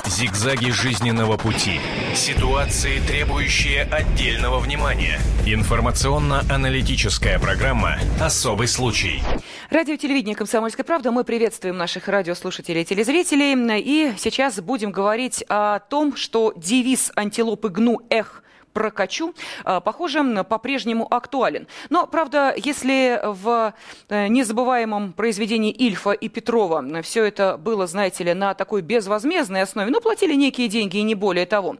Зигзаги жизненного пути. Ситуации, требующие отдельного внимания. Информационно-аналитическая программа «Особый случай». Радио телевидение «Комсомольская правда». Мы приветствуем наших радиослушателей и телезрителей. И сейчас будем говорить о том, что девиз антилопы ГНУ «Эх, прокачу», похоже, по-прежнему актуален. Но, правда, если в незабываемом произведении Ильфа и Петрова все это было, знаете ли, на такой безвозмездной основе, ну, платили некие деньги и не более того,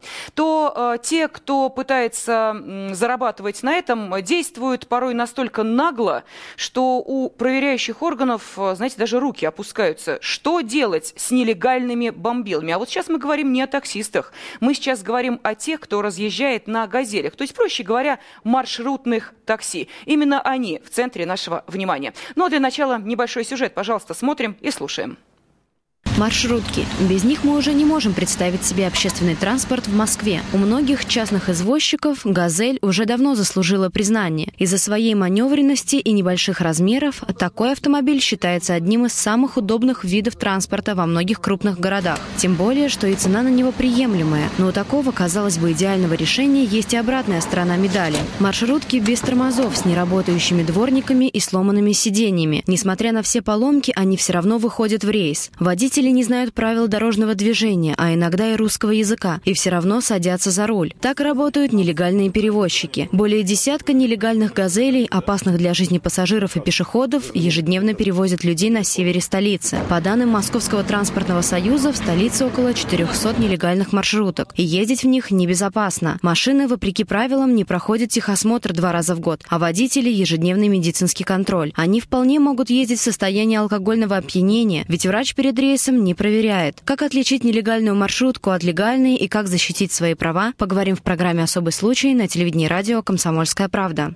то те, кто пытается зарабатывать на этом, действуют порой настолько нагло, что у проверяющих органов, знаете, даже руки опускаются. Что делать с нелегальными бомбилами? А вот сейчас мы говорим не о таксистах. Мы сейчас говорим о тех, кто разъезжает на газелях, то есть, проще говоря, маршрутных такси. Именно они в центре нашего внимания. Но для начала небольшой сюжет, пожалуйста, смотрим и слушаем. Маршрутки. Без них мы уже не можем представить себе общественный транспорт в Москве. У многих частных извозчиков «Газель» уже давно заслужила признание. Из-за своей маневренности и небольших размеров такой автомобиль считается одним из самых удобных видов транспорта во многих крупных городах. Тем более, что и цена на него приемлемая. Но у такого, казалось бы, идеального решения есть и обратная сторона медали. Маршрутки без тормозов, с неработающими дворниками и сломанными сиденьями. Несмотря на все поломки, они все равно выходят в рейс. Водители не знают правил дорожного движения, а иногда и русского языка, и все равно садятся за руль. Так работают нелегальные перевозчики. Более десятка нелегальных «Газелей», опасных для жизни пассажиров и пешеходов, ежедневно перевозят людей на севере столицы. По данным Московского транспортного союза, в столице около 400 нелегальных маршруток, и ездить в них небезопасно. Машины, вопреки правилам, не проходят техосмотр 2 раза в год, а водители – ежедневный медицинский контроль. Они вполне могут ездить в состоянии алкогольного опьянения, ведь врач перед рейсом не проверяет. Как отличить нелегальную маршрутку от легальной и как защитить свои права, поговорим в программе «Особый случай» на телевидении радио «Комсомольская правда».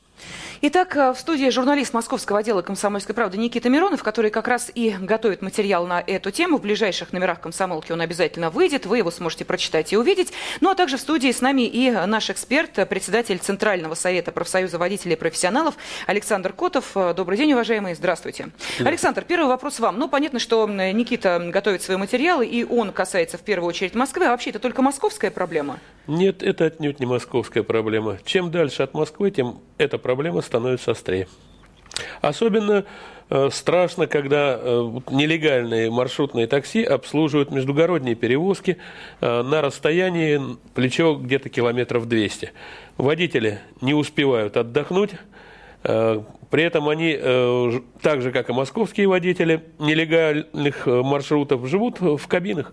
Итак, в студии журналист московского отдела «Комсомольской правды» Никита Миронов, который как раз и готовит материал на эту тему. В ближайших номерах «Комсомолки» он обязательно выйдет, вы его сможете прочитать и увидеть. Ну а также в студии с нами и наш эксперт, председатель Центрального совета профсоюза водителей и профессионалов Александр Котов. Добрый день, уважаемые, здравствуйте. Да. Александр, первый вопрос вам. Ну, понятно, что Никита готовит свои материалы, и он касается в первую очередь Москвы. А вообще это только московская проблема? Нет, это отнюдь не московская проблема. Чем дальше от Москвы, тем эта проблема становится острее. Особенно страшно, когда нелегальные маршрутные такси обслуживают междугородние перевозки на расстоянии плечо где-то километров 200. Водители не успевают отдохнуть. При этом они, так же как и московские водители нелегальных маршрутов, живут в кабинах.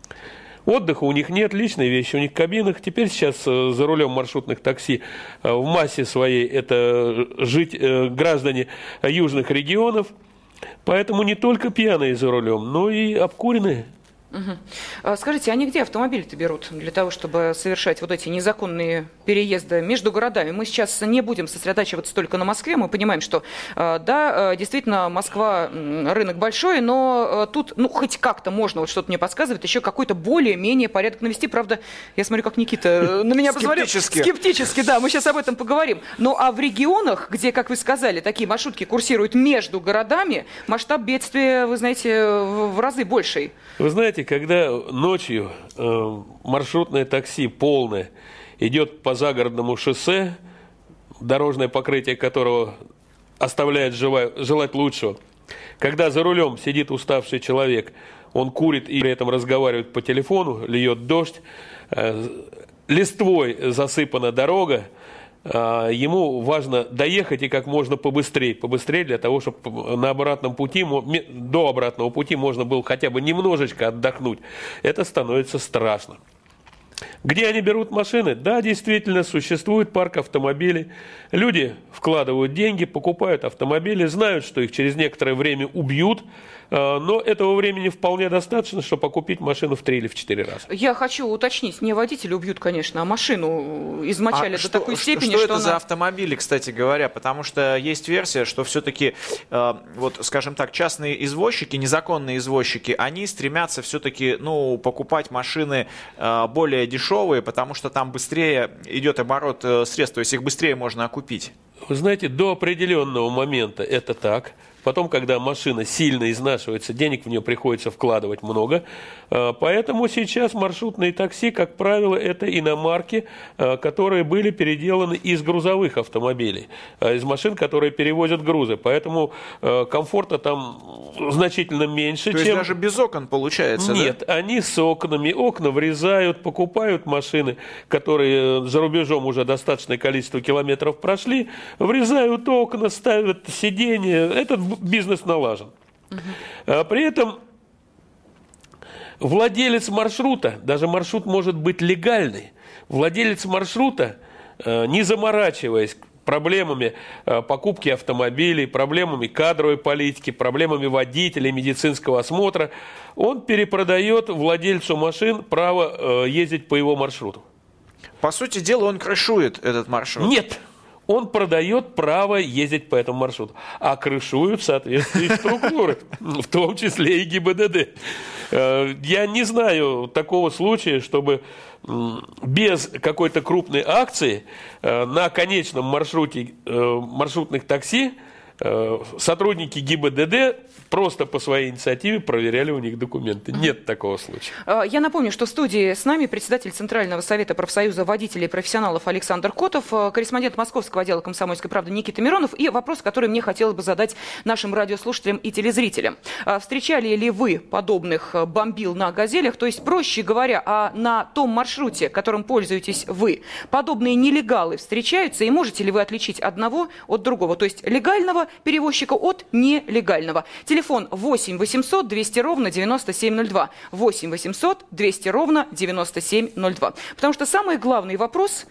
Отдыха у них нет, личные вещи у них в кабинах. Теперь сейчас за рулем маршрутных такси в массе своей это граждане южных регионов. Поэтому не только пьяные за рулем, но и обкуренные. Угу. Скажите, они где автомобили-то берут для того, чтобы совершать вот эти незаконные переезды между городами? Мы сейчас не будем сосредотачиваться только на Москве. Мы понимаем, что, да, действительно, Москва рынок большой, но тут, ну, хоть как-то можно, вот что-то мне подсказывает, еще какой-то более-менее порядок навести. Правда, я смотрю, как Никита на меня посмотрел. Скептически, да, мы сейчас об этом поговорим. Ну, а в регионах, где, как вы сказали, такие маршрутки курсируют между городами, масштаб бедствия, вы знаете, в разы больший. Вы знаете, когда ночью маршрутное такси полное идет по загородному шоссе, дорожное покрытие которого оставляет желать лучшего, когда за рулем сидит уставший человек, он курит и при этом разговаривает по телефону, льет дождь, листвой засыпана дорога, ему важно доехать и как можно побыстрее для того, чтобы на обратном пути, до обратного пути можно было хотя бы немножечко отдохнуть. Это становится страшно. Где они берут машины? Да, действительно, существует парк автомобилей. Люди вкладывают деньги, покупают автомобили, знают, что их через некоторое время убьют, но этого времени вполне достаточно, чтобы купить машину в 3 или в 4 раза. Я хочу уточнить, не водителя убьют, конечно, а машину измочали до такой степени, что это за автомобили, кстати говоря? Потому что есть версия, что все-таки, вот, скажем так, частные извозчики, незаконные извозчики, они стремятся все-таки, ну, покупать машины более дешевые, потому что там быстрее идет оборот средств, то есть их быстрее можно окупить. Вы знаете, до определенного момента это так. Потом, когда машина сильно изнашивается, денег в нее приходится вкладывать много. Поэтому сейчас маршрутные такси, как правило, это иномарки, которые были переделаны из грузовых автомобилей, из машин, которые перевозят грузы. Поэтому комфорта там значительно меньше. То есть даже без окон получается, Нет, да? они с окнами. Окна врезают, покупают машины, которые за рубежом уже достаточное количество километров прошли, врезают окна, ставят сиденья. Этот бизнес налажен. При этом владелец маршрута, даже маршрут может быть легальный, владелец маршрута, не заморачиваясь проблемами покупки автомобилей, проблемами кадровой политики, проблемами водителей, медицинского осмотра, он перепродает владельцу машин право ездить по его маршруту. По сути дела, он крышует этот маршрут. Нет. Он продает право ездить по этому маршруту. А крышуют в соответствии структуры, в том числе и ГИБДД. Я не знаю такого случая, чтобы без какой-то крупной акции на конечном маршруте маршрутных такси сотрудники ГИБДД просто по своей инициативе проверяли у них документы. Нет такого случая. Я напомню, что в студии с нами председатель Центрального совета профсоюза водителей и профессионалов Александр Котов, корреспондент Московского отдела «Комсомольской правды» Никита Миронов и вопрос, который мне хотелось бы задать нашим радиослушателям и телезрителям. Встречали ли вы подобных бомбил на «Газелях»? То есть, проще говоря, на том маршруте, которым пользуетесь вы, подобные нелегалы встречаются, и можете ли вы отличить одного от другого? То есть, легального перевозчика от нелегального. Телефон 8 800 200 ровно 9702. 8 800 200 ровно 9702. Потому что самый главный вопрос,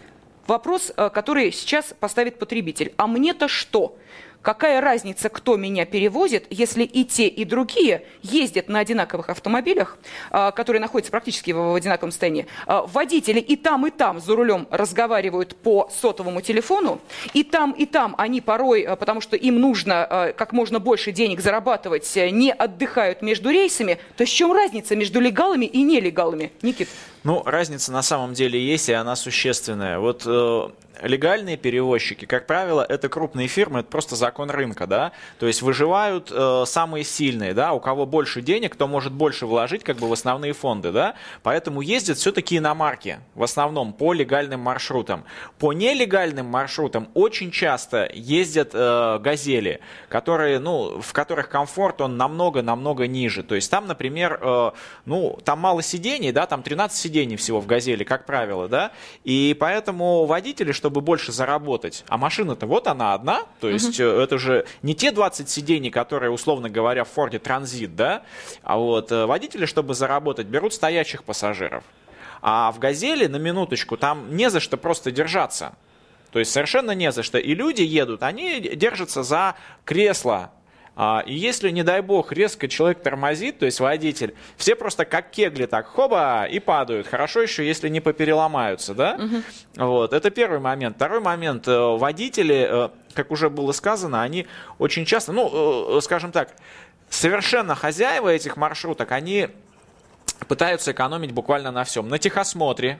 который сейчас поставит потребитель. А мне-то что? Какая разница, кто меня перевозит, если и те, и другие ездят на одинаковых автомобилях, которые находятся практически в одинаковом состоянии. Водители и там за рулем разговаривают по сотовому телефону, и там они порой, потому что им нужно как можно больше денег зарабатывать, не отдыхают между рейсами. То есть в чем разница между легалами и нелегалами? Никит? Ну, разница на самом деле есть, и она существенная. Вот легальные перевозчики, как правило, это крупные фирмы, это просто закон рынка, да, то есть выживают самые сильные, да, у кого больше денег, кто может больше вложить как бы в основные фонды, да, поэтому ездят все-таки иномарки, в основном по легальным маршрутам. По нелегальным маршрутам очень часто ездят газели, которые, в которых комфорт, он намного ниже, то есть там, например, там мало сидений, да, там 13 сидений всего в газели, как правило, да, и поэтому водители, чтобы больше заработать. А машина-то вот она одна, то есть это же не те 20 сидений, которые, условно говоря, в Форде Транзит, да, а вот водители, чтобы заработать, берут стоящих пассажиров. А в Газели, на минуточку, там не за что просто держаться. То есть совершенно не за что. И люди едут, они держатся за кресло. И если, не дай бог, резко человек тормозит, то есть водитель, все просто как кегли так хоба и падают. Хорошо еще, если не попереломаются, да? Вот, это первый момент. Второй момент. Водители, как уже было сказано, они очень часто, скажем так, совершенно хозяева этих маршруток, они пытаются экономить буквально на всем. На техосмотре,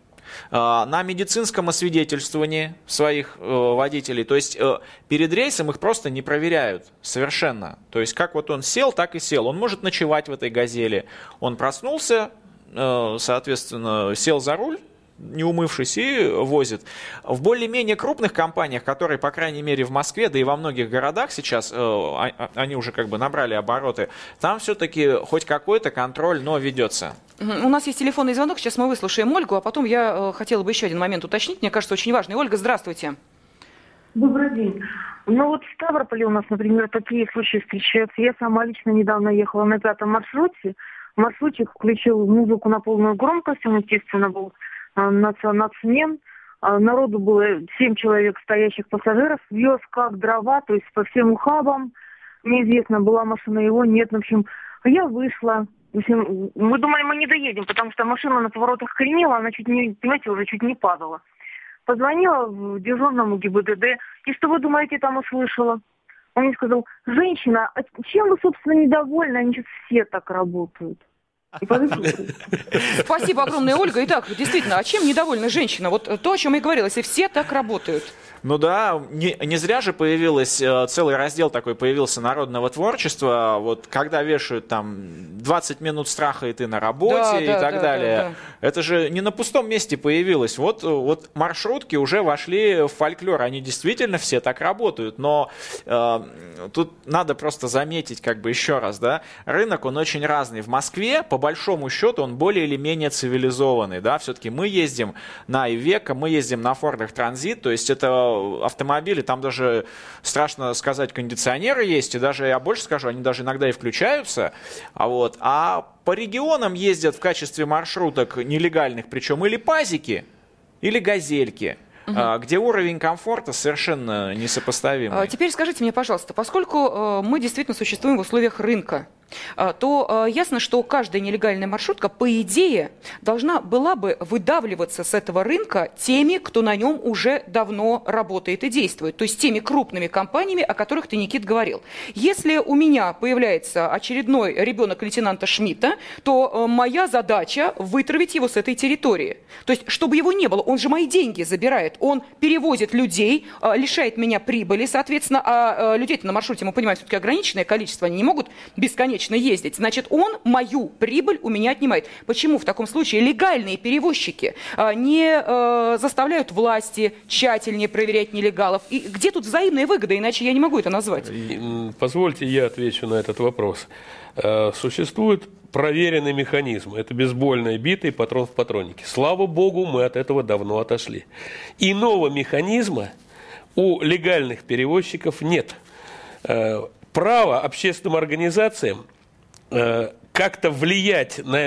на медицинском освидетельствовании своих водителей. То есть перед рейсом их просто не проверяют совершенно. То есть как вот он сел, так и сел. Он может ночевать в этой «Газели». Он проснулся, соответственно, сел за руль, не умывшись, и возит. В более-менее крупных компаниях, которые, по крайней мере, в Москве, да и во многих городах сейчас, они уже как бы набрали обороты, там все-таки хоть какой-то контроль, но ведется. У нас есть телефонный звонок, сейчас мы выслушаем Ольгу, а потом я хотела бы еще один момент уточнить, мне кажется, очень важный. Ольга, здравствуйте. Добрый день. В Ставрополе у нас, например, такие случаи встречаются. Я сама лично недавно ехала на 5-м маршруте. Маршрутчик включил музыку на полную громкость, он, естественно, был нацмен. Народу было 7 человек, стоящих пассажиров, вез как дрова, то есть по всем ухабам. Неизвестно, была машина его, нет. В общем, я вышла. В общем, мы думали, мы не доедем, потому что машина на поворотах кренила, она чуть не, понимаете, уже чуть не падала. Позвонила в дежурному ГИБДД, и что вы думаете, там услышала? Он мне сказал: женщина, а чем вы, собственно, недовольны? Они сейчас все так работают. Спасибо огромное, Ольга. Итак, действительно, а чем недовольна женщина? Вот то, о чем я говорила, если все так работают. Ну да, не зря же появилась, целый раздел такой появился народного творчества, вот когда вешают там 20 минут страха и ты на работе и так далее. Да. Это же не на пустом месте появилось. Вот маршрутки уже вошли в фольклор, они действительно все так работают, но тут надо просто заметить, как бы еще раз, да, рынок, он очень разный. В Москве, по большому счету, он более или менее цивилизованный, да, все-таки мы ездим на Ивеко, мы ездим на Фордах Транзит, то есть это автомобили, там даже, страшно сказать, кондиционеры есть, и даже, я больше скажу, они даже иногда и включаются, а по регионам ездят в качестве маршруток нелегальных, причем или пазики, или газельки. Где уровень комфорта совершенно несопоставимый. Теперь скажите мне, пожалуйста, поскольку мы действительно существуем в условиях рынка, то ясно, что каждая нелегальная маршрутка, по идее, должна была бы выдавливаться с этого рынка теми, кто на нем уже давно работает и действует, то есть теми крупными компаниями, о которых ты, Никит, говорил. Если у меня появляется очередной ребенок лейтенанта Шмидта, то моя задача вытравить его с этой территории. То есть, чтобы его не было, он же мои деньги забирает, он перевозит людей, лишает меня прибыли, соответственно, а людей-то на маршруте, мы понимаем, все-таки ограниченное количество, они не могут бесконечно ездить. Значит, он мою прибыль у меня отнимает. Почему в таком случае легальные перевозчики не заставляют власти тщательнее проверять нелегалов? И где тут взаимная выгода? Иначе я не могу это назвать. Позвольте, я отвечу на этот вопрос. Существует проверенный механизм. Это бейсбольная бита и патрон в патроннике. Слава богу, мы от этого давно отошли. Иного механизма у легальных перевозчиков нет. Права общественным организациям как-то влиять на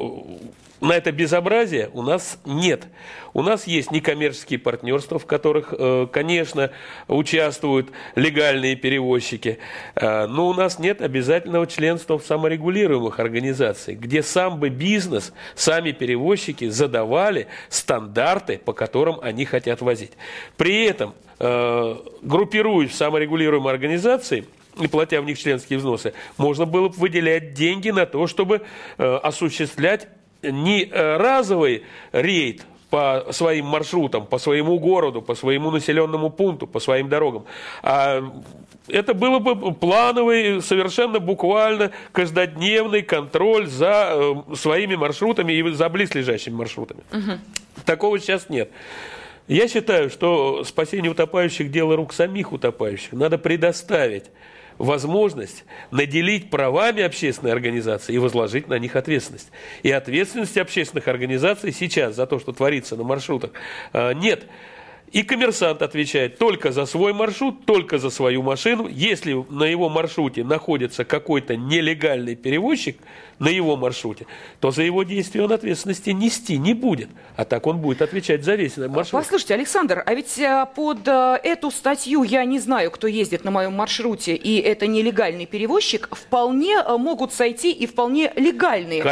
это безобразие у нас нет. У нас есть некоммерческие партнерства, в которых, конечно, участвуют легальные перевозчики, но у нас нет обязательного членства в саморегулируемых организациях, где сам бы бизнес, сами перевозчики задавали стандарты, по которым они хотят возить. При этом, группируясь в саморегулируемые организации, и платя в них членские взносы, можно было бы выделять деньги на то, чтобы осуществлять не разовый рейд по своим маршрутам, по своему городу, по своему населенному пункту, по своим дорогам, а это было бы плановый, совершенно буквально каждодневный контроль за своими маршрутами и за близлежащими маршрутами. Такого сейчас нет. Я считаю, что спасение утопающих – дело рук самих утопающих. Надо предоставить возможность наделить правами общественной организации и возложить на них ответственность. И ответственности общественных организаций сейчас за то, что творится на маршрутах, нет. И коммерсант отвечает только за свой маршрут, только за свою машину. Если на его маршруте находится какой-то нелегальный перевозчик на его маршруте, то за его действия он ответственности нести не будет. А так он будет отвечать за весь маршрут. Послушайте, Александр, а ведь под эту статью «Я не знаю, кто ездит на моем маршруте, и это нелегальный перевозчик» вполне могут сойти и вполне легальные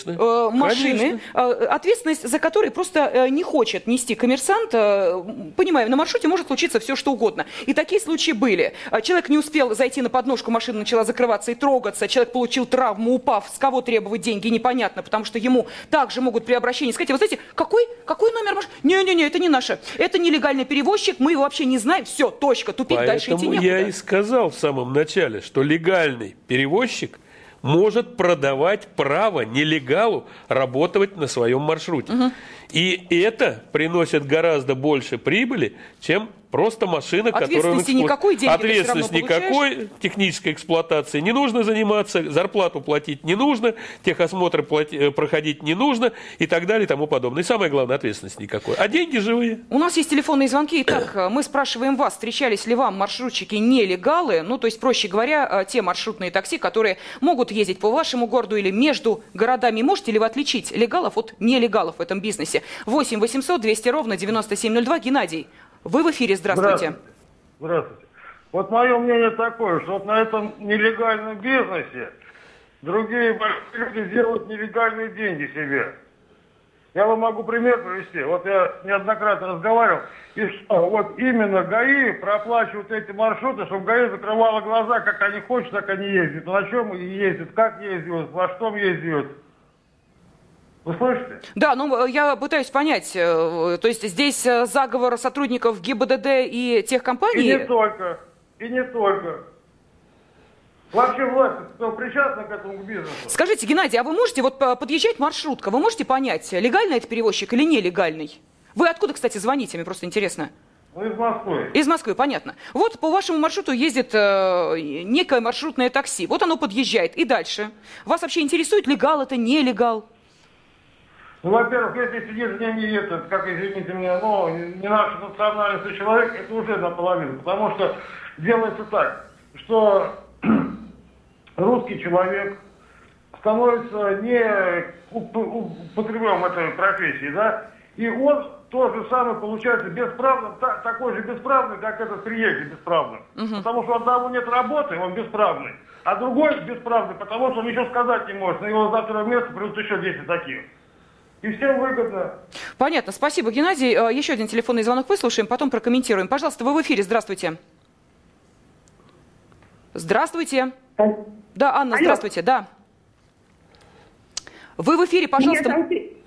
машины, ответственность за которые просто не хочет нести коммерсант. Понимаем, на маршруте может случиться все, что угодно. И такие случаи были. Человек не успел зайти на подножку, машина начала закрываться и трогаться, человек получил травму, упав, с кого требовать деньги, непонятно, потому что ему также могут при обращении сказать: вы знаете, какой номер машины? Не-не-не, это не наше. Это нелегальный перевозчик, мы его вообще не знаем. Все, точка, тупик, дальше идти некуда. Поэтому я и сказал в самом начале, что легальный перевозчик может продавать право нелегалу работать на своем маршруте. И это приносит гораздо больше прибыли, чем просто машина, которую... Ответственности никакой, технической эксплуатации не нужно заниматься, зарплату платить не нужно, техосмотр проходить не нужно и так далее и тому подобное. И самое главное, ответственности никакой. А деньги живые. У нас есть телефонные звонки. Итак, мы спрашиваем вас, встречались ли вам маршрутчики нелегалы, ну, то есть, проще говоря, те маршрутные такси, которые могут ездить по вашему городу или между городами. Можете ли вы отличить легалов от нелегалов в этом бизнесе? 8 800 200 ровно 9702. Геннадий, вы в эфире, здравствуйте. Здравствуйте. Вот мое мнение такое, что вот на этом нелегальном бизнесе другие люди делают нелегальные деньги себе. Я вам могу пример привести. Вот я неоднократно разговаривал, и что вот именно ГАИ проплачивают эти маршруты, чтобы ГАИ закрывало глаза, как они хотят, так они ездят. Но на чем ездят, как ездят, во что ездят. Вы слышите? Да, ну я пытаюсь понять, то есть здесь заговор сотрудников ГИБДД и тех компаний? И не только, и не только. Вообще власть, кто причастна к этому бизнесу? Скажите, Геннадий, а вы можете, вот подъезжать маршрутка, вы можете понять, легальный это перевозчик или нелегальный? Вы откуда, кстати, звоните, мне просто интересно. Ну, из Москвы. Из Москвы, понятно. Вот по вашему маршруту ездит некое маршрутное такси. Вот оно подъезжает. И дальше. Вас вообще интересует, легал это, нелегал? Ну, во-первых, если сидит не этот, как, извините меня, но не наша национальность человек, это уже наполовину. Потому что делается так, что русский человек становится не употребляем этой профессии, да, и он то же самое получается бесправным, такой же бесправный, как этот приезжий бесправный. Потому что одного нет работы, он бесправный, а другой бесправный, потому что он еще сказать не может, на его завтра место придут еще 10 таких. И всем выгодно. Понятно, спасибо, Геннадий. Еще один телефонный звонок выслушаем, потом прокомментируем. Пожалуйста, вы в эфире, здравствуйте. Здравствуйте. Да, Анна, алло. Здравствуйте, да. Вы в эфире, пожалуйста.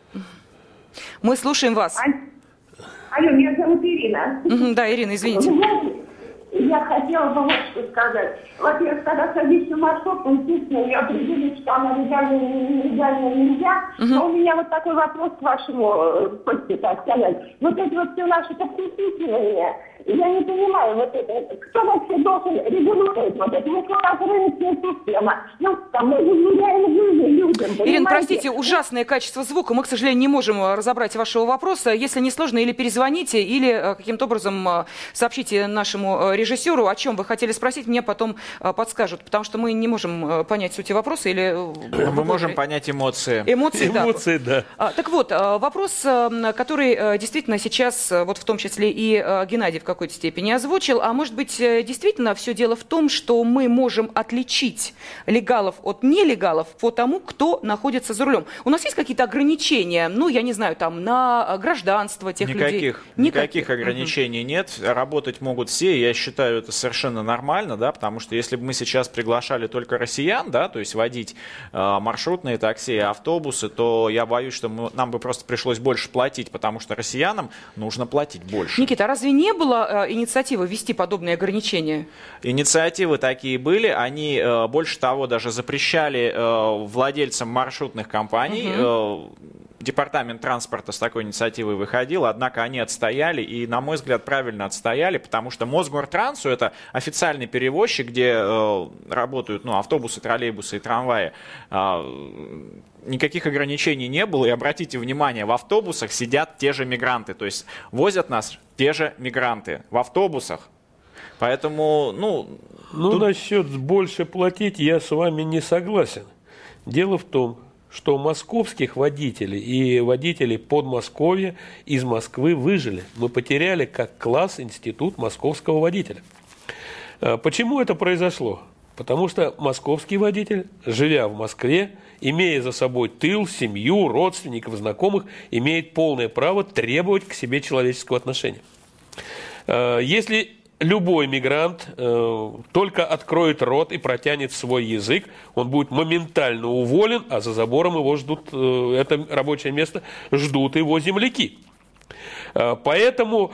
Мы слушаем вас. Алло, меня зовут Ирина. Да, Ирина, извините. Я хотела бы вот что сказать. Во-первых, когда садишься в маршрутку, естественно, я определюсь, что она легальная нельзя. Но у меня вот такой вопрос к вашему гостю, так сказать. Вот это вот все наше подключение, я не понимаю, вот это, кто вообще должен регулировать вот это? Если у нас рыночная система, ну, там мы доверяем людям, понимаете? Ирина, простите, ужасное качество звука. Мы, к сожалению, не можем разобрать вашего вопроса. Если не сложно, или перезвоните, или каким-то образом сообщите нашему режиссеру, о чем вы хотели спросить, мне потом подскажут, потому что мы не можем понять сути вопроса. Или мы можем понять эмоции. Эмоции, да. Так вот, вопрос, который действительно сейчас, вот в том числе и Геннадий в какой-то степени озвучил, а может быть, действительно все дело в том, что мы можем отличить легалов от нелегалов по тому, кто находится за рулем. У нас есть какие-то ограничения, ну, я не знаю, там, на гражданство тех людей? Никаких ограничений нет. Работать могут все, я считаю, это совершенно нормально, да, потому что если бы мы сейчас приглашали только россиян, да, то есть водить маршрутные такси, автобусы, то я боюсь, что нам бы просто пришлось больше платить, потому что россиянам нужно платить больше. Никита, а разве не было инициативы ввести подобные ограничения? Инициативы такие были, они, больше того, даже запрещали владельцам маршрутных компаний. Департамент транспорта с такой инициативой выходил, однако они отстояли, и, на мой взгляд, правильно отстояли, потому что Мосгортрансу — это официальный перевозчик, где работают автобусы, троллейбусы и трамваи. Никаких ограничений не было, и обратите внимание, в автобусах сидят те же мигранты, то есть возят нас те же мигранты в автобусах. Поэтому, насчет больше платить я с вами не согласен. Дело в том, что московских водителей и водителей Подмосковья из Москвы выжили. Мы потеряли как класс институт московского водителя. Почему это произошло? Потому что московский водитель, живя в Москве, имея за собой тыл, семью, родственников, знакомых, имеет полное право требовать к себе человеческого отношения. Если любой мигрант только откроет рот и протянет свой язык, он будет моментально уволен, а за забором его ждут, это рабочее место, ждут его земляки. Поэтому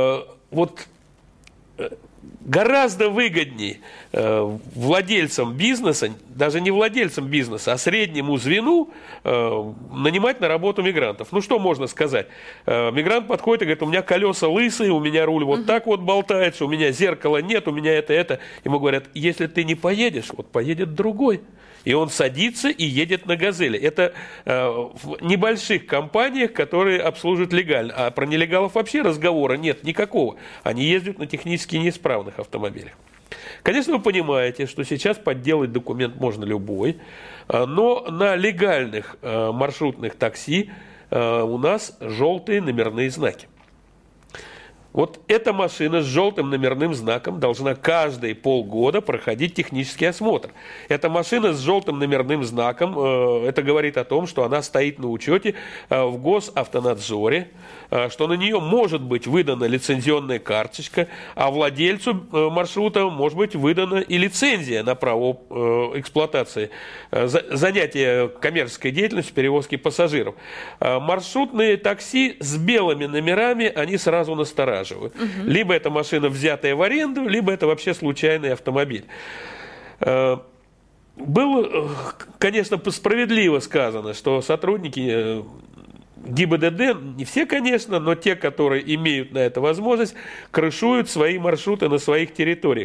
гораздо выгоднее владельцам бизнеса, даже не владельцам бизнеса, а среднему звену нанимать на работу мигрантов. Ну, что можно сказать? Мигрант подходит и говорит: у меня колеса лысые, у меня руль вот так вот болтается, у меня зеркала нет, у меня это. Ему говорят: если ты не поедешь, вот поедет другой. И он садится и едет на «Газели». Это в небольших компаниях, которые обслуживают легально. А про нелегалов вообще разговора нет никакого. Они ездят на технически неисправных автомобилях. Конечно, вы понимаете, что сейчас подделать документ можно любой, но на легальных маршрутных такси у нас желтые номерные знаки. Вот эта машина с желтым номерным знаком должна каждые полгода проходить технический осмотр. Эта машина с желтым номерным знаком, это говорит о том, что она стоит на учете в Госавтонадзоре, что на нее может быть выдана лицензионная карточка, а владельцу маршрута может быть выдана и лицензия на право эксплуатации, занятия коммерческой деятельностью, перевозки пассажиров. Маршрутные такси с белыми номерами, они сразу настораживают. Либо это машина, взятая в аренду, либо это вообще случайный автомобиль. Было, конечно, справедливо сказано, что сотрудники ГИБДД, не все, конечно, но те, которые имеют на это возможность, крышуют свои маршруты на своих территориях.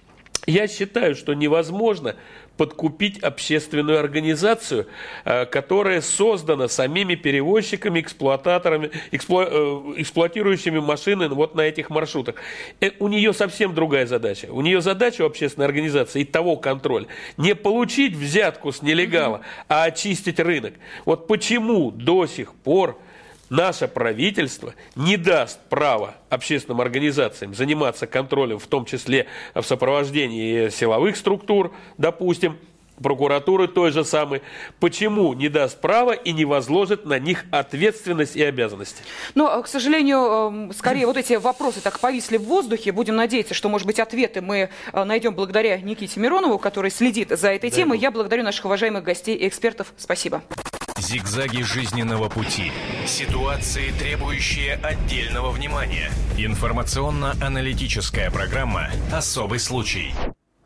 Я считаю, что невозможно подкупить общественную организацию, которая создана самими перевозчиками, эксплуататорами, эксплуатирующими машины вот на этих маршрутах. У нее совсем другая задача. У нее задача у общественной организации и того контроль. Не получить взятку с нелегала, а очистить рынок. Вот почему до сих пор наше правительство не даст права общественным организациям заниматься контролем, в том числе в сопровождении силовых структур, допустим, прокуратуры той же самой, почему не даст права и не возложит на них ответственность и обязанности? Но, к сожалению, скорее вот эти вопросы так повисли в воздухе. Будем надеяться, что, может быть, ответы мы найдем благодаря Никите Миронову, который следит за этой темой. Я благодарю наших уважаемых гостей и экспертов. Спасибо. Зигзаги жизненного пути. Ситуации, требующие отдельного внимания. Информационно-аналитическая программа «Особый случай».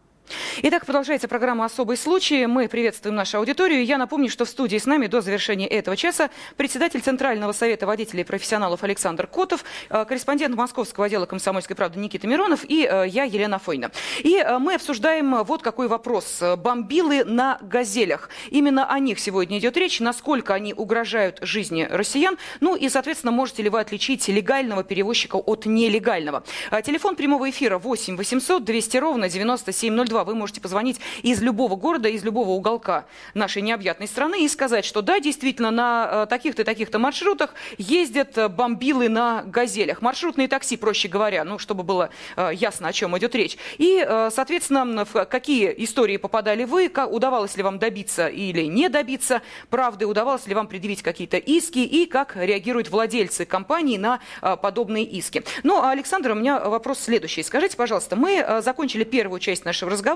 Итак, продолжается программа «Особый случай». Мы приветствуем нашу аудиторию. Я напомню, что в студии с нами до завершения этого часа председатель Центрального совета водителей и профессионалов Александр Котов, корреспондент Московского отдела «Комсомольской правды» Никита Миронов и я, Елена Фойна. И мы обсуждаем вот какой вопрос. Бомбилы на «Газелях». Именно о них сегодня идет речь, насколько они угрожают жизни россиян. Ну и, соответственно, можете ли вы отличить легального перевозчика от нелегального. Телефон прямого эфира 8 800 200 ровно 9702. Вы можете позвонить из любого города, из любого уголка нашей необъятной страны и сказать, что да, действительно, на таких-то и таких-то маршрутах ездят бомбилы на «Газелях». Маршрутные такси, проще говоря, ну, чтобы было ясно, о чем идет речь. И, соответственно, в какие истории попадали вы, удавалось ли вам добиться или не добиться правды, удавалось ли вам предъявить какие-то иски и как реагируют владельцы компаний на подобные иски. Ну, Александр, у меня вопрос следующий. Скажите, пожалуйста, мы закончили первую часть нашего разговора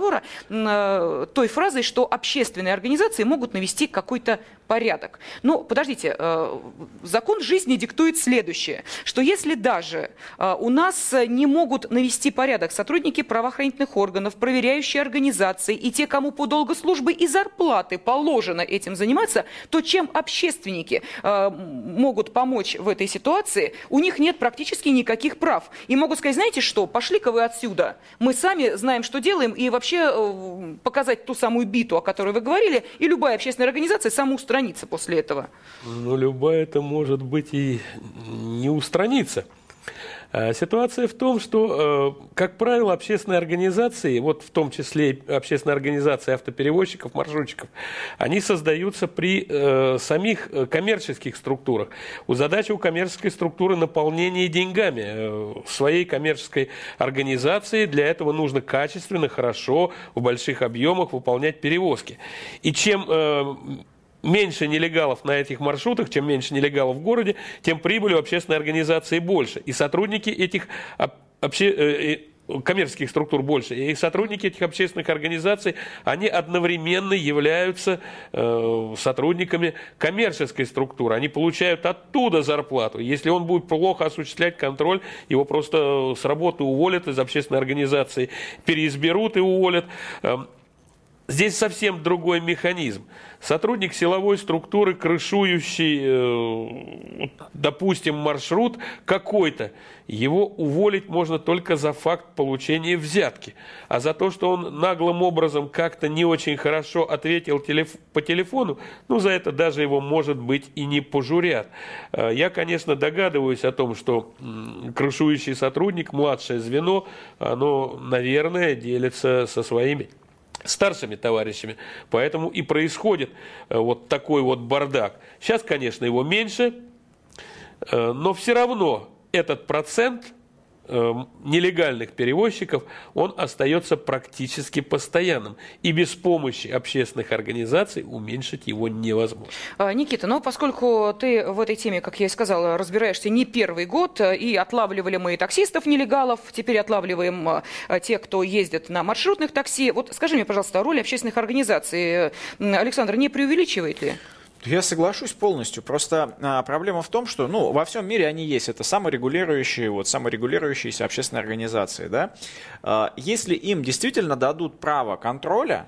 той фразой, что общественные организации могут навести какой-то порядок. Но подождите, закон жизни диктует следующее, что если даже у нас не могут навести порядок сотрудники правоохранительных органов, проверяющие организации и те, кому по долгу службы и зарплаты положено этим заниматься, то чем общественники могут помочь в этой ситуации? У них нет практически никаких прав. И могут сказать, знаете что, пошли-ка вы отсюда. Мы сами знаем, что делаем, и вообще показать ту самую биту, о которой вы говорили, и любая общественная организация самоустранится после этого. Ну, любая это может быть и не устранится. Ситуация в том, что, как правило, общественные организации, вот в том числе общественные организации автоперевозчиков, маршрутчиков, они создаются при самих коммерческих структурах. Задача у коммерческой структуры наполнение деньгами своей коммерческой организации. Для этого нужно качественно, хорошо, в больших объемах выполнять перевозки. И чем меньше нелегалов на этих маршрутах, чем меньше нелегалов в городе, тем прибыль у общественной организации больше. И сотрудники этих коммерческих структур больше. И сотрудники этих общественных организаций, они одновременно являются сотрудниками коммерческой структуры. Они получают оттуда зарплату. Если он будет плохо осуществлять контроль, его просто с работы уволят, из общественной организации переизберут и уволят. Здесь совсем другой механизм. Сотрудник силовой структуры, крышующий, допустим, маршрут какой-то, его уволить можно только за факт получения взятки. А за то, что он наглым образом как-то не очень хорошо ответил по телефону, ну, за это даже его, может быть, и не пожурят. Я, конечно, догадываюсь о том, что крышующий сотрудник, младшее звено, оно, наверное, делится со своими старшими товарищами, поэтому и происходит вот такой вот бардак. Сейчас, конечно, его меньше, но все равно этот процент нелегальных перевозчиков, он остается практически постоянным. И без помощи общественных организаций уменьшить его невозможно. Никита, ну поскольку ты в этой теме, как я и сказала, разбираешься не первый год, и отлавливали мы и таксистов-нелегалов, теперь отлавливаем тех, кто ездит на маршрутных такси. Вот скажи мне, пожалуйста, роль общественных организаций, Александр, не преувеличивает ли? Я соглашусь полностью. Просто проблема в том, что во всем мире они есть. Это саморегулирующиеся общественные организации. Да? Если им действительно дадут право контроля,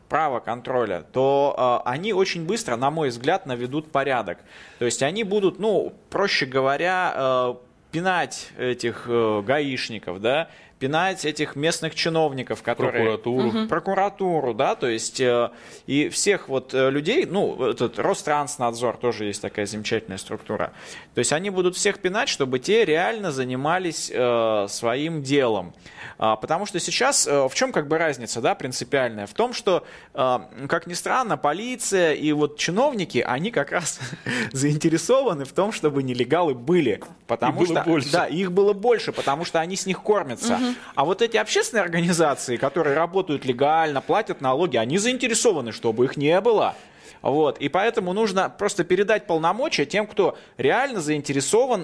то они очень быстро, на мой взгляд, наведут порядок. То есть они будут, проще говоря, пинать этих гаишников, да, пинать этих местных чиновников, которые... Прокуратуру, да, то есть и всех людей, этот Ространснадзор, тоже есть такая замечательная структура, то есть они будут всех пинать, чтобы те реально занимались своим делом. Потому что сейчас, в чем разница, да, принципиальная? В том, что, как ни странно, полиция и чиновники, они как раз заинтересованы в том, чтобы нелегалы были. Потому что, да, их было больше, потому что они с них кормятся. А эти общественные организации, которые работают легально, платят налоги, они заинтересованы, чтобы их не было. И поэтому нужно просто передать полномочия тем, кто реально заинтересован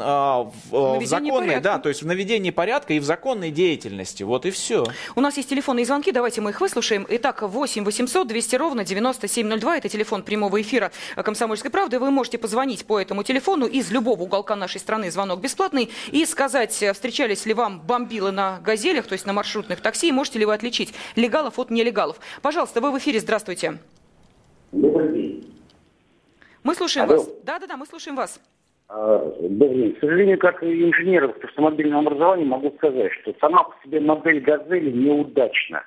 в законной, да, то есть в наведении порядка и в законной деятельности. И все. У нас есть телефонные звонки, давайте мы их выслушаем. Итак, 8 800 200 ровно 9702, это телефон прямого эфира «Комсомольской правды». Вы можете позвонить по этому телефону из любого уголка нашей страны, звонок бесплатный, и сказать, встречались ли вам бомбилы на «Газелях», то есть на маршрутных такси, и можете ли вы отличить легалов от нелегалов. Пожалуйста, вы в эфире, здравствуйте. Добрый день. Мы слушаем вас. Да, мы слушаем вас. Добрый день. К сожалению, как инженер в автомобильном образовании могу сказать, что сама по себе модель «Газели» неудачна.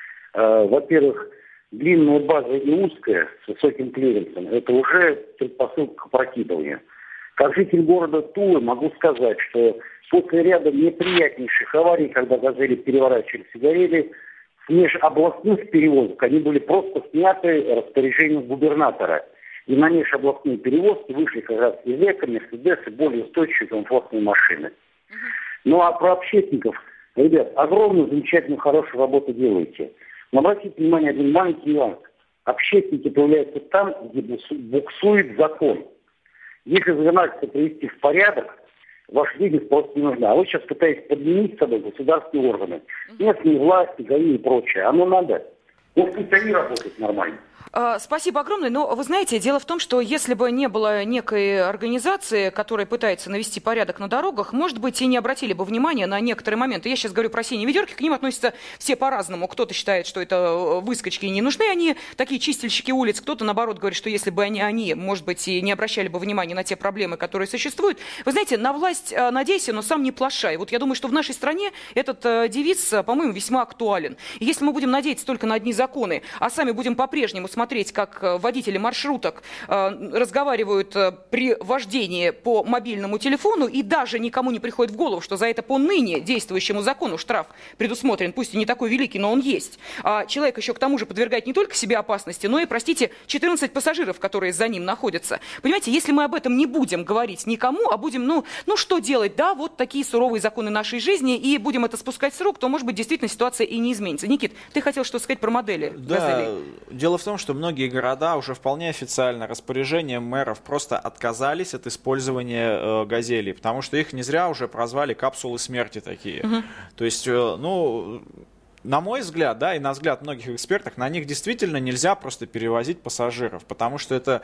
Во-первых, длинная база и узкая с высоким клиренсом – это уже предпосылка к опрокидыванию. Как житель города Тулы могу сказать, что после ряда неприятнейших аварий, когда «Газели» переворачивались и горели, с межобластных перевозок они были просто сняты распоряжением губернатора. И на межобластные перевозки вышли как раз «Ивека», «Мерседесы», более устойчивые комфортные машины. Ну а про общественников, ребят, огромную, замечательную, хорошую работу делаете. Но обратите внимание, один маленький нюанс. Общественники появляются там, где буксует закон. Если законодательство привести в порядок, ваша деятельность просто не нужна. А вы сейчас пытаетесь подменить с собой государственные органы. Местные власти, ГАИ и прочее. Оно надо. Пусть они работают нормально. Спасибо огромное. Но вы знаете, дело в том, что если бы не было некой организации, которая пытается навести порядок на дорогах, может быть, и не обратили бы внимания на некоторые моменты. Я сейчас говорю про синие ведерки, к ним относятся все по-разному. Кто-то считает, что это выскочки и не нужны они, такие чистильщики улиц. Кто-то, наоборот, говорит, что если бы они, может быть, и не обращали бы внимания на те проблемы, которые существуют. Вы знаете, на власть надейся, но сам не плашай. Я думаю, что в нашей стране этот девиз, по-моему, весьма актуален. И если мы будем надеяться только на одни законы, а сами будем по-прежнему смотреть, как водители маршруток разговаривают при вождении по мобильному телефону, и даже никому не приходит в голову, что за это по ныне действующему закону штраф предусмотрен, пусть и не такой великий, но он есть. А человек еще к тому же подвергает не только себе опасности, но и, 14 пассажиров, которые за ним находятся. Понимаете, если мы об этом не будем говорить никому, а будем, что делать, да, вот такие суровые законы нашей жизни, и будем это спускать с рук, то, может быть, действительно ситуация и не изменится. Никит, ты хотел что-то сказать про модели? Да, дело в том, что многие города уже вполне официально распоряжением мэров просто отказались от использования «Газелей», потому что их не зря уже прозвали «капсулы смерти» такие. То есть, на мой взгляд, да, и на взгляд многих экспертов, на них действительно нельзя просто перевозить пассажиров, потому что это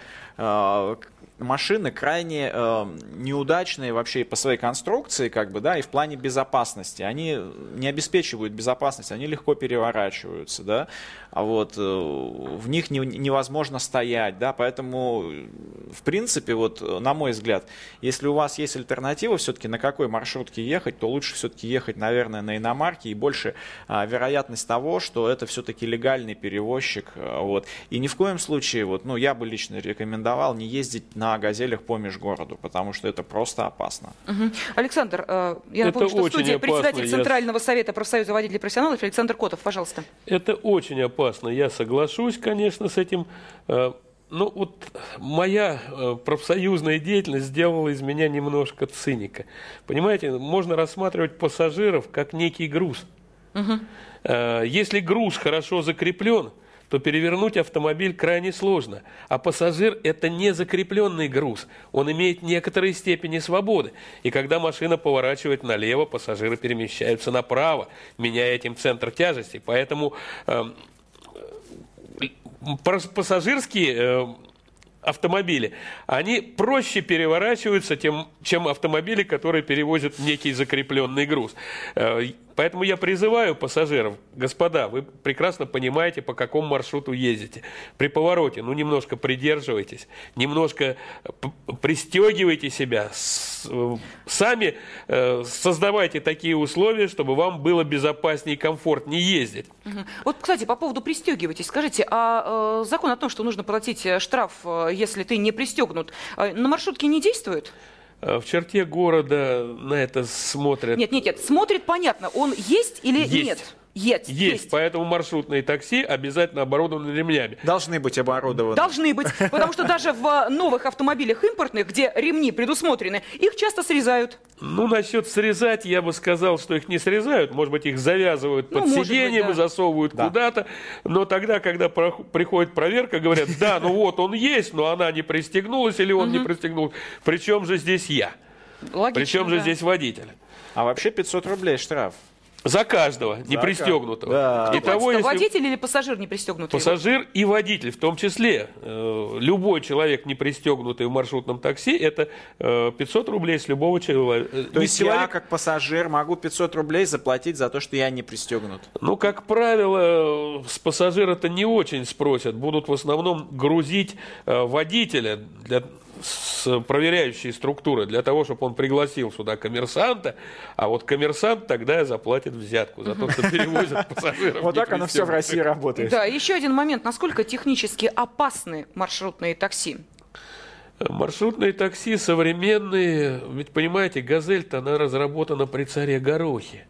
машины крайне неудачные вообще и по своей конструкции, и в плане безопасности. Они не обеспечивают безопасность, они легко переворачиваются, да, а в них невозможно стоять, да, поэтому, в принципе, на мой взгляд, если у вас есть альтернатива все-таки на какой маршрутке ехать, то лучше все-таки ехать, наверное, на иномарке, и больше вероятность того, что это все-таки легальный перевозчик, и ни в коем случае, я бы лично рекомендовал не ездить на «Газелях» по межгороду, потому что это просто опасно. Александр, я напомню, что в студии председатель Центрального совета профсоюза водителей Александр Котов, пожалуйста. Это очень опасно, я соглашусь, конечно, с этим. Ну, вот моя профсоюзная деятельность сделала из меня немножко циника. Понимаете, можно рассматривать пассажиров как некий груз. Если груз хорошо закреплен, то перевернуть автомобиль крайне сложно. А пассажир – это не закрепленный груз. Он имеет некоторые степени свободы. И когда машина поворачивает налево, пассажиры перемещаются направо, меняя этим центр тяжести. Поэтому пассажирские автомобили, они проще переворачиваются, чем автомобили, которые перевозят некий закрепленный груз. Поэтому я призываю пассажиров, господа, вы прекрасно понимаете, по какому маршруту ездите. При повороте, немножко придерживайтесь, немножко пристегивайте себя, сами создавайте такие условия, чтобы вам было безопаснее и комфортнее ездить. Вот, кстати, по поводу пристегивайтесь, скажите, а закон о том, что нужно платить штраф, если ты не пристегнут, на маршрутке не действует? В черте города на это смотрят. Нет, смотрит, понятно. Он есть или нет? Есть. Поэтому маршрутные такси обязательно оборудованы ремнями. Должны быть оборудованы. Должны быть, потому что даже в новых автомобилях импортных, где ремни предусмотрены, их часто срезают. Насчет срезать, я бы сказал, что их не срезают. Может быть, их завязывают под сиденьем и засовывают куда-то. Но тогда, когда приходит проверка, говорят, да, он есть, но она не пристегнулась или он не пристегнулся. Причем же здесь я? Логично, причем же здесь водитель? А вообще 500 рублей штраф. За каждого, не пристегнутого. Да. Итого, водитель или пассажир не пристегнутый? Пассажир и водитель в том числе. Любой человек, не пристегнутый в маршрутном такси, это 500 рублей с любого человека. То есть я, как пассажир, могу 500 рублей заплатить за то, что я не пристегнут? Как правило, с пассажира-то не очень спросят. Будут в основном грузить водителя с проверяющей структуры для того, чтобы он пригласил сюда коммерсанта, а вот коммерсант тогда заплатит взятку за то, что перевозят пассажиров. Вот так оно все в России работает. Да, еще один момент. Насколько технически опасны маршрутные такси? Маршрутные такси современные, ведь понимаете, «Газель»-то она разработана при царе Горохе.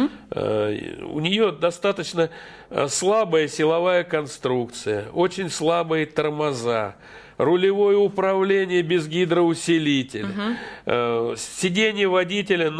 У нее достаточно слабая силовая конструкция, очень слабые тормоза, рулевое управление без гидроусилителя, сиденье водителя,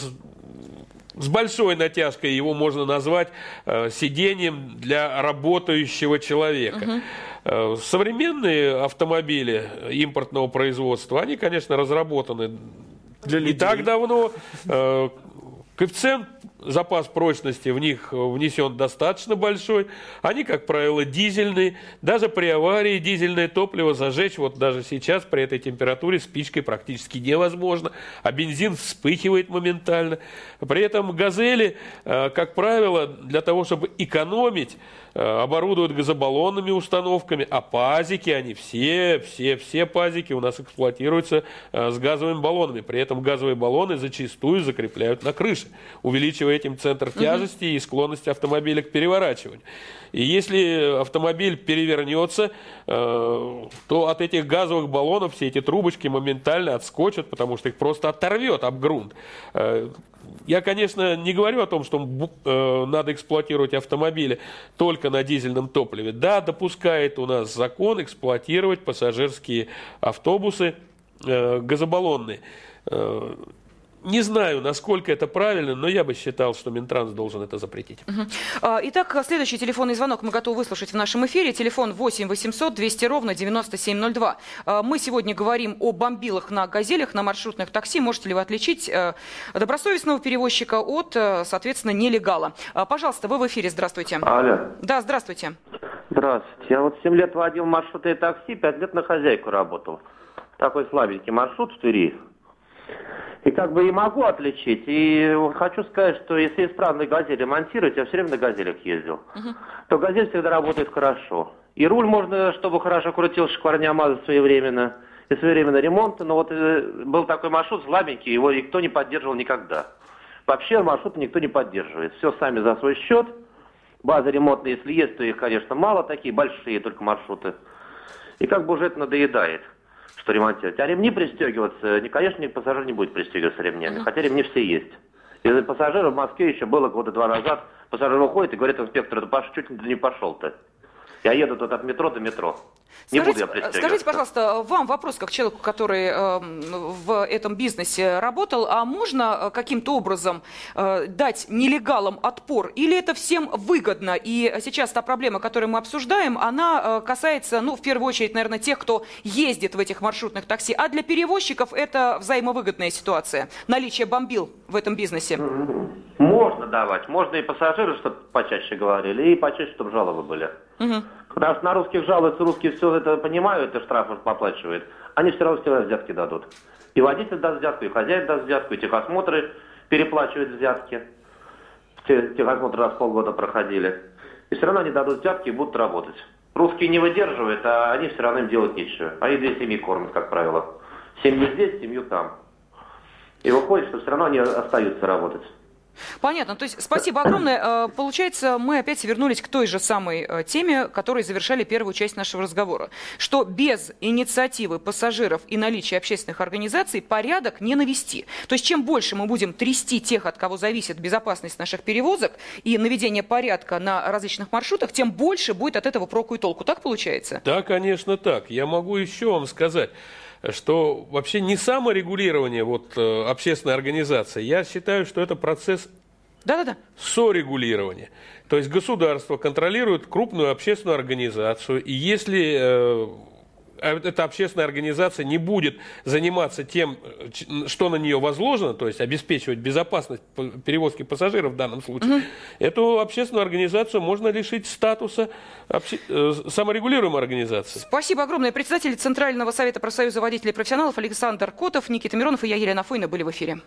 с большой натяжкой его можно назвать сиденьем для работающего человека. Современные автомобили импортного производства, они, конечно, разработаны не так давно. Коэффициент, запас прочности в них внесен достаточно большой. Они, как правило, дизельные. Даже при аварии дизельное топливо зажечь вот даже сейчас при этой температуре спичкой практически невозможно. А бензин вспыхивает моментально. При этом «Газели», как правило, для того, чтобы экономить, оборудуют газобаллонными установками, а пазики, они все пазики у нас эксплуатируются с газовыми баллонами. При этом газовые баллоны зачастую закрепляют на крыше, увеличивая этим центр тяжести и склонность автомобиля к переворачиванию. И если автомобиль перевернется, то от этих газовых баллонов все эти трубочки моментально отскочат, потому что их просто оторвет об грунт. Я, конечно, не говорю о том, что надо эксплуатировать автомобили только на дизельном топливе. Да, допускает у нас закон эксплуатировать пассажирские автобусы газобаллонные. Не знаю, насколько это правильно, но я бы считал, что Минтранс должен это запретить. Итак, следующий телефонный звонок мы готовы выслушать в нашем эфире. Телефон 8 800 200 ровно 9702. Мы сегодня говорим о бомбилах на «Газелях», на маршрутных такси. Можете ли вы отличить добросовестного перевозчика от, соответственно, нелегала? Пожалуйста, вы в эфире. Здравствуйте. Алло. Да, здравствуйте. Здравствуйте. Я 7 лет водил маршрутное такси, 5 лет на хозяйку работал. Такой слабенький маршрут в Твери. И и могу отличить. И хочу сказать, что если исправно «Газель» ремонтировать, я все время на «Газелях» ездил, то «Газель» всегда работает хорошо. И руль можно, чтобы хорошо крутил, шкварня мазать своевременно. И своевременно ремонт. Но был такой маршрут слабенький, его никто не поддерживал никогда. Вообще маршрут никто не поддерживает. Все сами за свой счет. Базы ремонтные, если есть, то их, конечно, мало, такие большие только маршруты. И уже это надоедает, что ремонтировать. А ремни пристегиваться, конечно, пассажир не будет пристегиваться ремнями, хотя ремни все есть. И пассажиров в Москве еще было 2 года назад, пассажир выходит и говорит инспектору, да чуть не пошел-то. Я еду тут от метро до метро. Скажите, пожалуйста, вам вопрос, как человеку, который в этом бизнесе работал, а можно каким-то образом дать нелегалам отпор? Или это всем выгодно? И сейчас та проблема, которую мы обсуждаем, она касается, в первую очередь, наверное, тех, кто ездит в этих маршрутных такси. А для перевозчиков это взаимовыгодная ситуация. Наличие бомбил в этом бизнесе. Можно давать. Можно и пассажиры, чтобы почаще говорили, и почаще, чтобы жалобы были. Потому что на русских жалуются, русские все это понимают, и штраф поплачивают. Они все равно взятки дадут. И водитель даст взятку, и хозяин даст взятку, и техосмотры переплачивают взятки. Техосмотры раз в полгода проходили. И все равно они дадут взятки и будут работать. Русские не выдерживают, а они все равно им делать нечего. Они 2 семьи кормят, как правило. Семью здесь, семью там. И выходит, что все равно они остаются работать. Понятно. То есть спасибо огромное. Получается, мы опять вернулись к той же самой теме, которой завершали первую часть нашего разговора. Что без инициативы пассажиров и наличия общественных организаций порядок не навести. То есть чем больше мы будем трясти тех, от кого зависит безопасность наших перевозок и наведение порядка на различных маршрутах, тем больше будет от этого проку и толку. Так получается? Да, конечно, так. Я могу еще вам сказать, что вообще не саморегулирование общественной организации. Я считаю, что это процесс сорегулирования. То есть государство контролирует крупную общественную организацию, и если эта общественная организация не будет заниматься тем, что на нее возложено, то есть обеспечивать безопасность перевозки пассажиров в данном случае, эту общественную организацию можно лишить статуса саморегулируемой организации. Спасибо огромное. Председатель Центрального совета профсоюза водителей и профессионалов Александр Котов, Никита Миронов и я, Елена Фойна, были в эфире.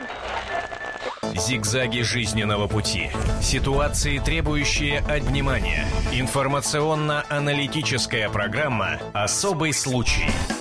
Зигзаги жизненного пути. Ситуации, требующие внимания. Информационно-аналитическая программа «Особый случай».